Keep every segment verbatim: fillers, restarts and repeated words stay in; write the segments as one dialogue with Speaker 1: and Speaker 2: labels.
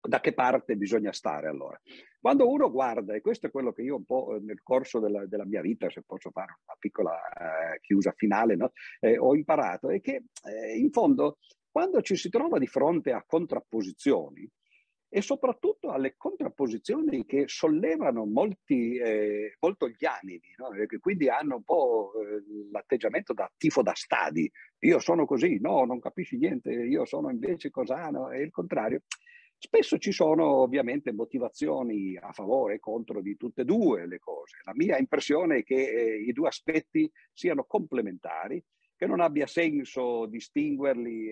Speaker 1: da che parte bisogna stare allora? Quando uno guarda, e questo è quello che io un po' nel corso della, della mia vita, se posso fare una piccola eh, chiusa finale, no? eh, ho imparato, è che eh, in fondo quando ci si trova di fronte a contrapposizioni, e soprattutto alle contrapposizioni che sollevano molti, eh, molto gli animi, no? E che quindi hanno un po' eh, l'atteggiamento da tifo da stadi. Io sono così, no, non capisci niente, io sono invece cosano, e il contrario. Spesso ci sono ovviamente motivazioni a favore e contro di tutte e due le cose. La mia impressione è che eh, i due aspetti siano complementari, che non abbia senso distinguerli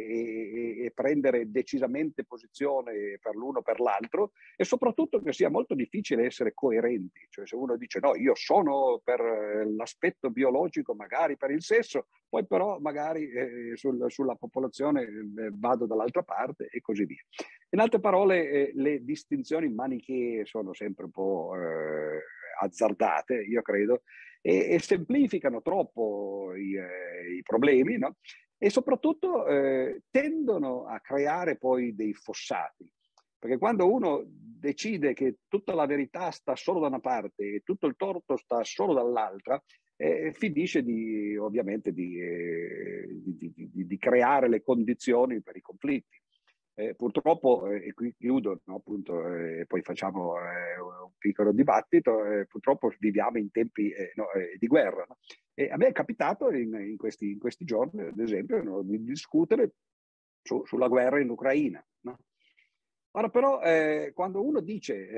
Speaker 1: e, e, e prendere decisamente posizione per l'uno o per l'altro, e soprattutto che sia molto difficile essere coerenti. Cioè se uno dice no, io sono per l'aspetto biologico, magari per il sesso, poi però magari eh, sul, sulla popolazione eh, vado dall'altra parte e così via. In altre parole, eh, le distinzioni manichee sono sempre un po' eh, azzardate, io credo, e, e semplificano troppo i, eh, i problemi, no? E soprattutto eh, tendono a creare poi dei fossati. Perché quando uno decide che tutta la verità sta solo da una parte e tutto il torto sta solo dall'altra, eh, finisce di, ovviamente di, eh, di, di, di creare le condizioni per i conflitti. Eh, purtroppo, eh, e qui chiudo, no, appunto, e eh, poi facciamo eh, un piccolo dibattito, eh, purtroppo viviamo in tempi eh, no, eh, di guerra. No? E a me è capitato in, in, questi, in questi giorni, ad esempio, no, di discutere su, sulla guerra in Ucraina. No? Ora però, eh, quando uno dice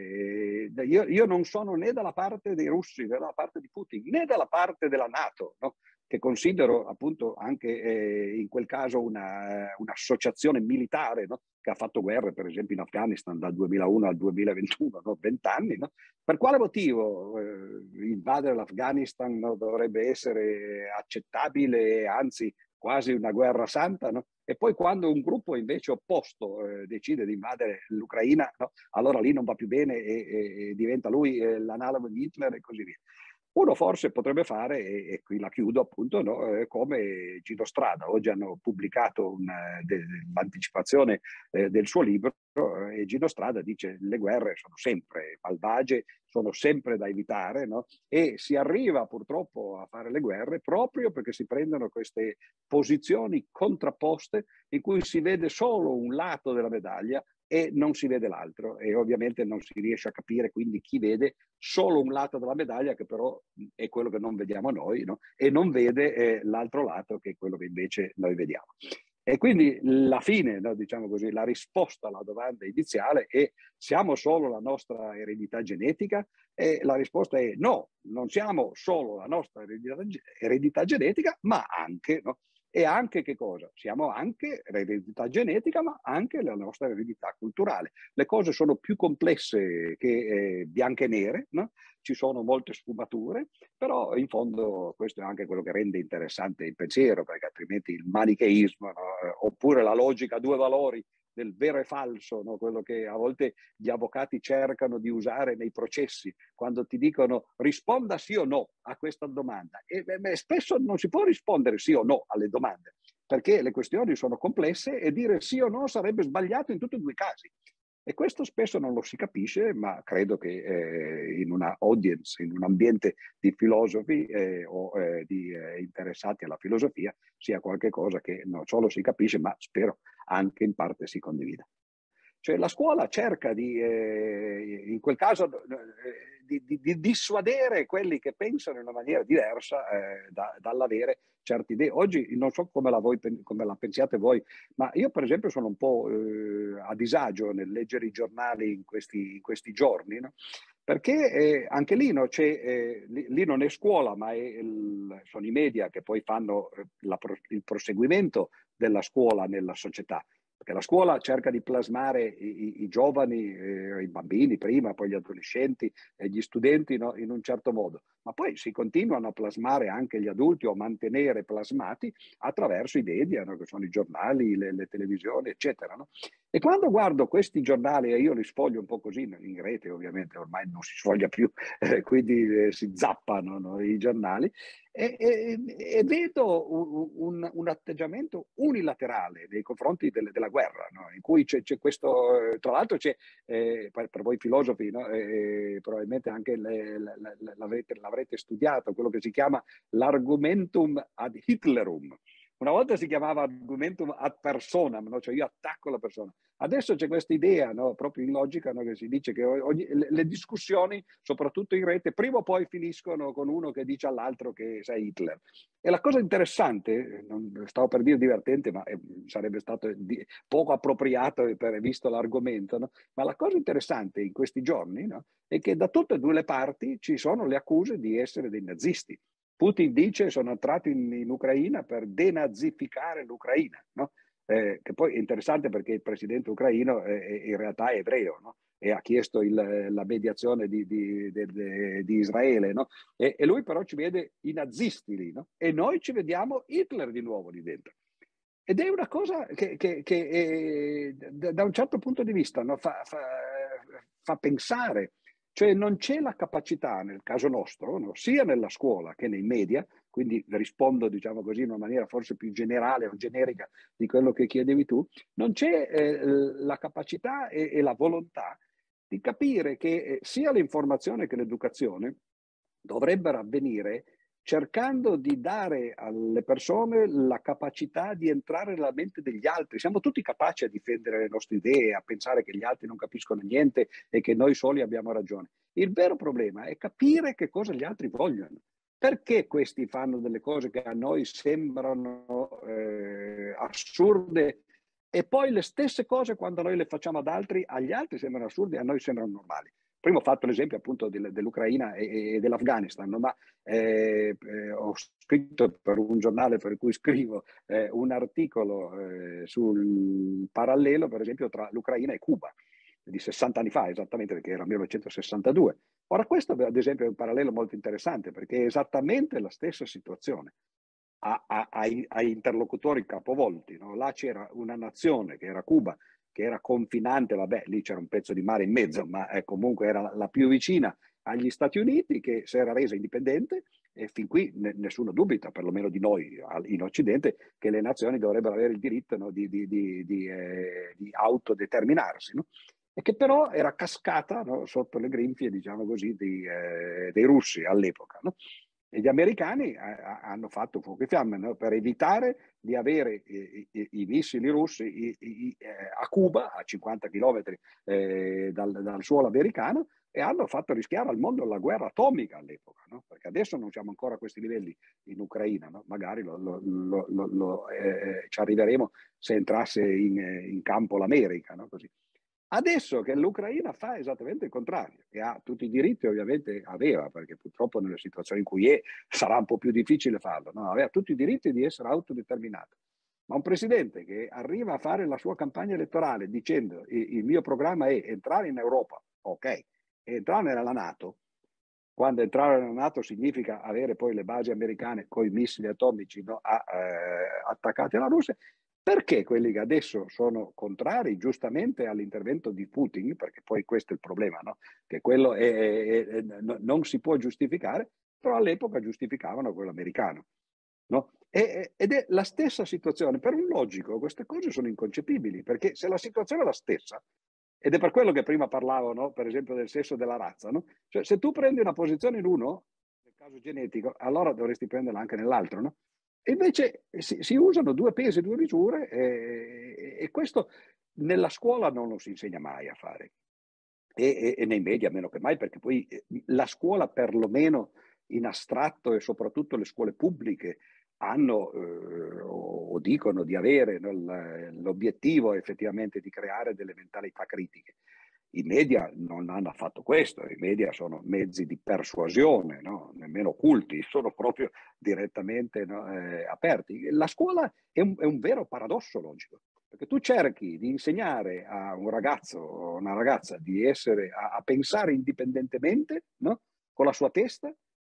Speaker 1: eh, io, io non sono né dalla parte dei russi, né dalla parte di Putin, né dalla parte della NATO, no? Che considero appunto anche eh, in quel caso una, un'associazione militare, no? Che ha fatto guerre per esempio in Afghanistan dal duemilauno al duemilaventuno, no? venti anni. No? Per quale motivo eh, invadere l'Afghanistan no? dovrebbe essere accettabile, anzi quasi una guerra santa, no? E poi quando un gruppo invece opposto eh, decide di invadere l'Ucraina, no? Allora lì non va più bene e, e, e diventa lui eh, l'analogo di Hitler e così via. Uno forse potrebbe fare, e, e qui la chiudo appunto, no? eh, come Gino Strada. Oggi hanno pubblicato una, de, l'anticipazione eh, del suo libro eh, e Gino Strada dice le guerre sono sempre malvagie, sono sempre da evitare, no? E si arriva purtroppo a fare le guerre proprio perché si prendono queste posizioni contrapposte in cui si vede solo un lato della medaglia e non si vede l'altro, e ovviamente non si riesce a capire quindi chi vede solo un lato della medaglia, che però è quello che non vediamo noi, no? E non vede eh, l'altro lato, che è quello che invece noi vediamo. E quindi la fine, no, diciamo così, la risposta alla domanda iniziale è: siamo solo la nostra eredità genetica? E la risposta è no, non siamo solo la nostra eredità, eredità genetica, ma anche, no? E anche che cosa? Siamo anche l'eredità genetica, ma anche la nostra eredità culturale. Le cose sono più complesse che eh, bianche e nere, no? Ci sono molte sfumature, però in fondo questo è anche quello che rende interessante il pensiero, perché altrimenti il manicheismo, no? Oppure la logica a due valori del vero e falso, no? Quello che a volte gli avvocati cercano di usare nei processi, quando ti dicono risponda sì o no a questa domanda. E beh, spesso non si può rispondere sì o no alle domande, perché le questioni sono complesse e dire sì o no sarebbe sbagliato in tutti e due i casi. E questo spesso non lo si capisce, ma credo che eh, in una audience, in un ambiente di filosofi eh, o eh, di eh, interessati alla filosofia, sia qualcosa che non solo si capisce, ma spero anche in parte si condivida. Cioè la scuola cerca di, eh, in quel caso, eh, di, di, di dissuadere quelli che pensano in una maniera diversa eh, da, dall'avere certe idee. Oggi non so come la, voi, come la pensiate voi, ma io per esempio sono un po' eh, a disagio nel leggere i giornali in questi, in questi giorni, no? Perché eh, anche lì, no, c'è, eh, lì, lì non è scuola, ma è il, sono i media che poi fanno la, il proseguimento della scuola nella società. Perché la scuola cerca di plasmare i, i, i giovani, eh, i bambini prima, poi gli adolescenti e gli studenti, no, in un certo modo. ma poi si continuano a plasmare anche gli adulti o a mantenere plasmati attraverso i media, no? Che sono i giornali, le, le televisioni, eccetera. No? E quando guardo questi giornali, e io li sfoglio un po' così, in rete ovviamente, ormai non si sfoglia più, eh, quindi eh, si zappano, no, i giornali, e, e, e vedo un, un, un atteggiamento unilaterale nei confronti del, della guerra, no? In cui c'è, c'è questo, eh, tra l'altro c'è, eh, per, per voi filosofi, no? eh, probabilmente anche le, le, le, l'avrete, l'avrete studiato, quello che si chiama l'argumentum ad Hitlerum. Una volta si chiamava argumentum ad personam, no? Cioè io attacco la persona. Adesso c'è questa idea, no? Proprio in logica, no? Che si dice che ogni, le, le discussioni, soprattutto in rete, prima o poi finiscono con uno che dice all'altro che sei Hitler. E la cosa interessante, non stavo per dire divertente, ma sarebbe stato di, poco appropriato per visto l'argomento, no? Ma la cosa interessante in questi giorni, no? È che da tutte e due le parti ci sono le accuse di essere dei nazisti. Putin dice sono entrato in, in Ucraina per denazificare l'Ucraina, no? Eh, che poi è interessante perché il presidente ucraino è, è, in realtà è ebreo, no? E ha chiesto il, la mediazione di, di, di, di Israele, no? E, e lui però ci vede i nazisti lì, no? E noi ci vediamo Hitler di nuovo lì dentro. Ed è una cosa che, che, che è, da un certo punto di vista, no? fa, fa, fa pensare. Cioè non c'è la capacità, nel caso nostro, no? Sia nella scuola che nei media, quindi rispondo diciamo così in una maniera forse più generale o generica di quello che chiedevi tu, non c'è eh, la capacità e, e la volontà di capire che eh, sia l'informazione che l'educazione dovrebbero avvenire cercando di dare alle persone la capacità di entrare nella mente degli altri. Siamo tutti capaci a difendere le nostre idee, a pensare che gli altri non capiscono niente e che noi soli abbiamo ragione. Il vero problema è capire che cosa gli altri vogliono. Perché questi fanno delle cose che a noi sembrano eh, assurde e poi le stesse cose quando noi le facciamo ad altri, agli altri sembrano assurde e a noi sembrano normali. Prima ho fatto l'esempio appunto dell'Ucraina e, e dell'Afghanistan, no? Ma eh, eh, ho scritto per un giornale per cui scrivo eh, un articolo eh, sul parallelo, per esempio, tra l'Ucraina e Cuba, di sessanta anni fa, esattamente, perché era il millenovecentosessantadue. Ora questo, ad esempio, è un parallelo molto interessante, perché è esattamente la stessa situazione. A, a, ai, ai interlocutori capovolti, no? Là c'era una nazione che era Cuba, che era confinante, vabbè, lì c'era un pezzo di mare in mezzo, ma eh, comunque era la, la più vicina agli Stati Uniti, che si era resa indipendente, e fin qui ne, nessuno dubita, perlomeno di noi in Occidente, che le nazioni dovrebbero avere il diritto, no, di, di, di, di, eh, di autodeterminarsi, no? E che però era cascata, no, sotto le grinfie, diciamo così, di, eh, dei russi all'epoca, no? E gli americani eh, hanno fatto fuoco e fiamme, no? Per evitare di avere i, i, i missili russi i, i, eh, a Cuba, a cinquanta chilometri eh, dal, dal suolo americano, e hanno fatto rischiare al mondo la guerra atomica all'epoca, no? Perché adesso non siamo ancora a questi livelli in Ucraina, no? Magari lo, lo, lo, lo, lo, eh, ci arriveremo se entrasse in, in campo l'America, no? Così. Adesso che l'Ucraina fa esattamente il contrario, che ha tutti i diritti, ovviamente aveva, perché purtroppo nelle situazioni in cui è sarà un po' più difficile farlo, no? Aveva tutti i diritti di essere autodeterminato. Ma un presidente che arriva a fare la sua campagna elettorale dicendo il mio programma è entrare in Europa, ok, e entrare nella NATO, quando entrare nella NATO significa avere poi le basi americane con i missili atomici, no, a, eh, attaccati alla Russia, perché quelli che adesso sono contrari giustamente all'intervento di Putin, perché poi questo è il problema, no? Che quello è, è, è, non si può giustificare, però all'epoca giustificavano quello americano. No? E, ed è la stessa situazione. Per un logico queste cose sono inconcepibili, perché se la situazione è la stessa, ed è per quello che prima parlavo, no? Per esempio del sesso e della razza, no? Cioè, se tu prendi una posizione in uno, nel caso genetico, allora dovresti prenderla anche nell'altro, no? E invece si, si usano due pesi e due misure e, e questo nella scuola non lo si insegna mai a fare. E, e, e nei media meno che mai, perché poi la scuola perlomeno in astratto e soprattutto le scuole pubbliche hanno eh, o dicono di avere, no, l'obiettivo effettivamente di creare delle mentalità critiche. I media non hanno fatto questo, i media sono mezzi di persuasione, no? Nemmeno occulti, sono proprio direttamente, no, eh, aperti. La scuola è un, è un vero paradosso logico, perché tu cerchi di insegnare a un ragazzo o una ragazza di essere, a, a pensare indipendentemente, no? Con la sua testa,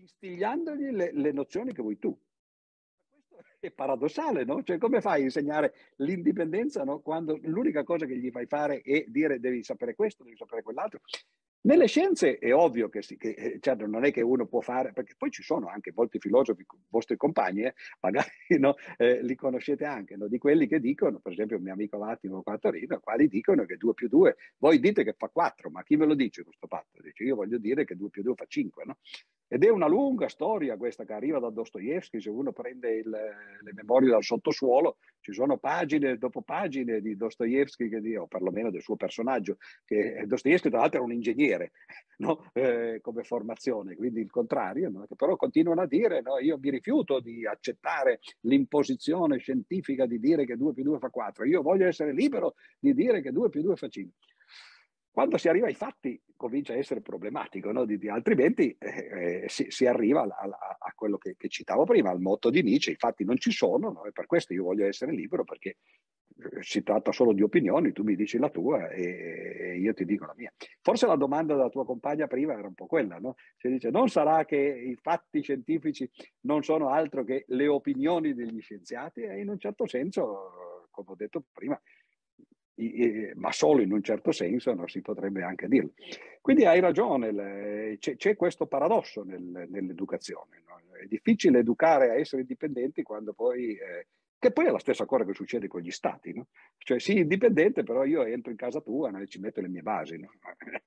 Speaker 1: distigliandogli le, le nozioni che vuoi tu. Questo è paradossale, no? Cioè, come fai a insegnare l'indipendenza, no? Quando l'unica cosa che gli fai fare è dire devi sapere questo, devi sapere quell'altro. Nelle scienze è ovvio che, sì, che certo, non è che uno può fare, perché poi ci sono anche molti filosofi, vostri compagni, eh, magari no, eh, li conoscete anche, no, di quelli che dicono, per esempio il mio amico Massimo Quattorino, quali dicono che due più due, voi dite che fa quattro, ma chi ve lo dice questo fatto? Dice, io voglio dire che due più due fa cinque, no? Ed è una lunga storia questa che arriva da Dostoevsky, se uno prende il, le memorie dal sottosuolo, ci sono pagine dopo pagine di Dostoevsky, che, o perlomeno del suo personaggio, che Dostoevsky tra l'altro era un ingegnere, no? eh, come formazione, quindi il contrario, no? Che però continuano a dire, no? Io mi rifiuto di accettare l'imposizione scientifica di dire che due più due fa quattro, io voglio essere libero di dire che due più due fa cinque. Quando si arriva ai fatti comincia a essere problematico, no? di, di, altrimenti eh, si, si arriva a, a, a quello che, che citavo prima, al motto di Nietzsche, i fatti non ci sono, no? E per questo io voglio essere libero, perché si tratta solo di opinioni, tu mi dici la tua e, e io ti dico la mia. Forse la domanda della tua compagna prima era un po' quella, no? Si dice, non sarà che i fatti scientifici non sono altro che le opinioni degli scienziati? E in un certo senso, come ho detto prima, ma solo in un certo senso, no, si potrebbe anche dirlo. Quindi hai ragione, c'è, c'è questo paradosso nel, nell'educazione. No? È difficile educare a essere indipendenti quando poi... Eh, che poi è la stessa cosa che succede con gli stati. No? Cioè, sì, indipendente, però io entro in casa tua, no, e ci metto le mie basi. No?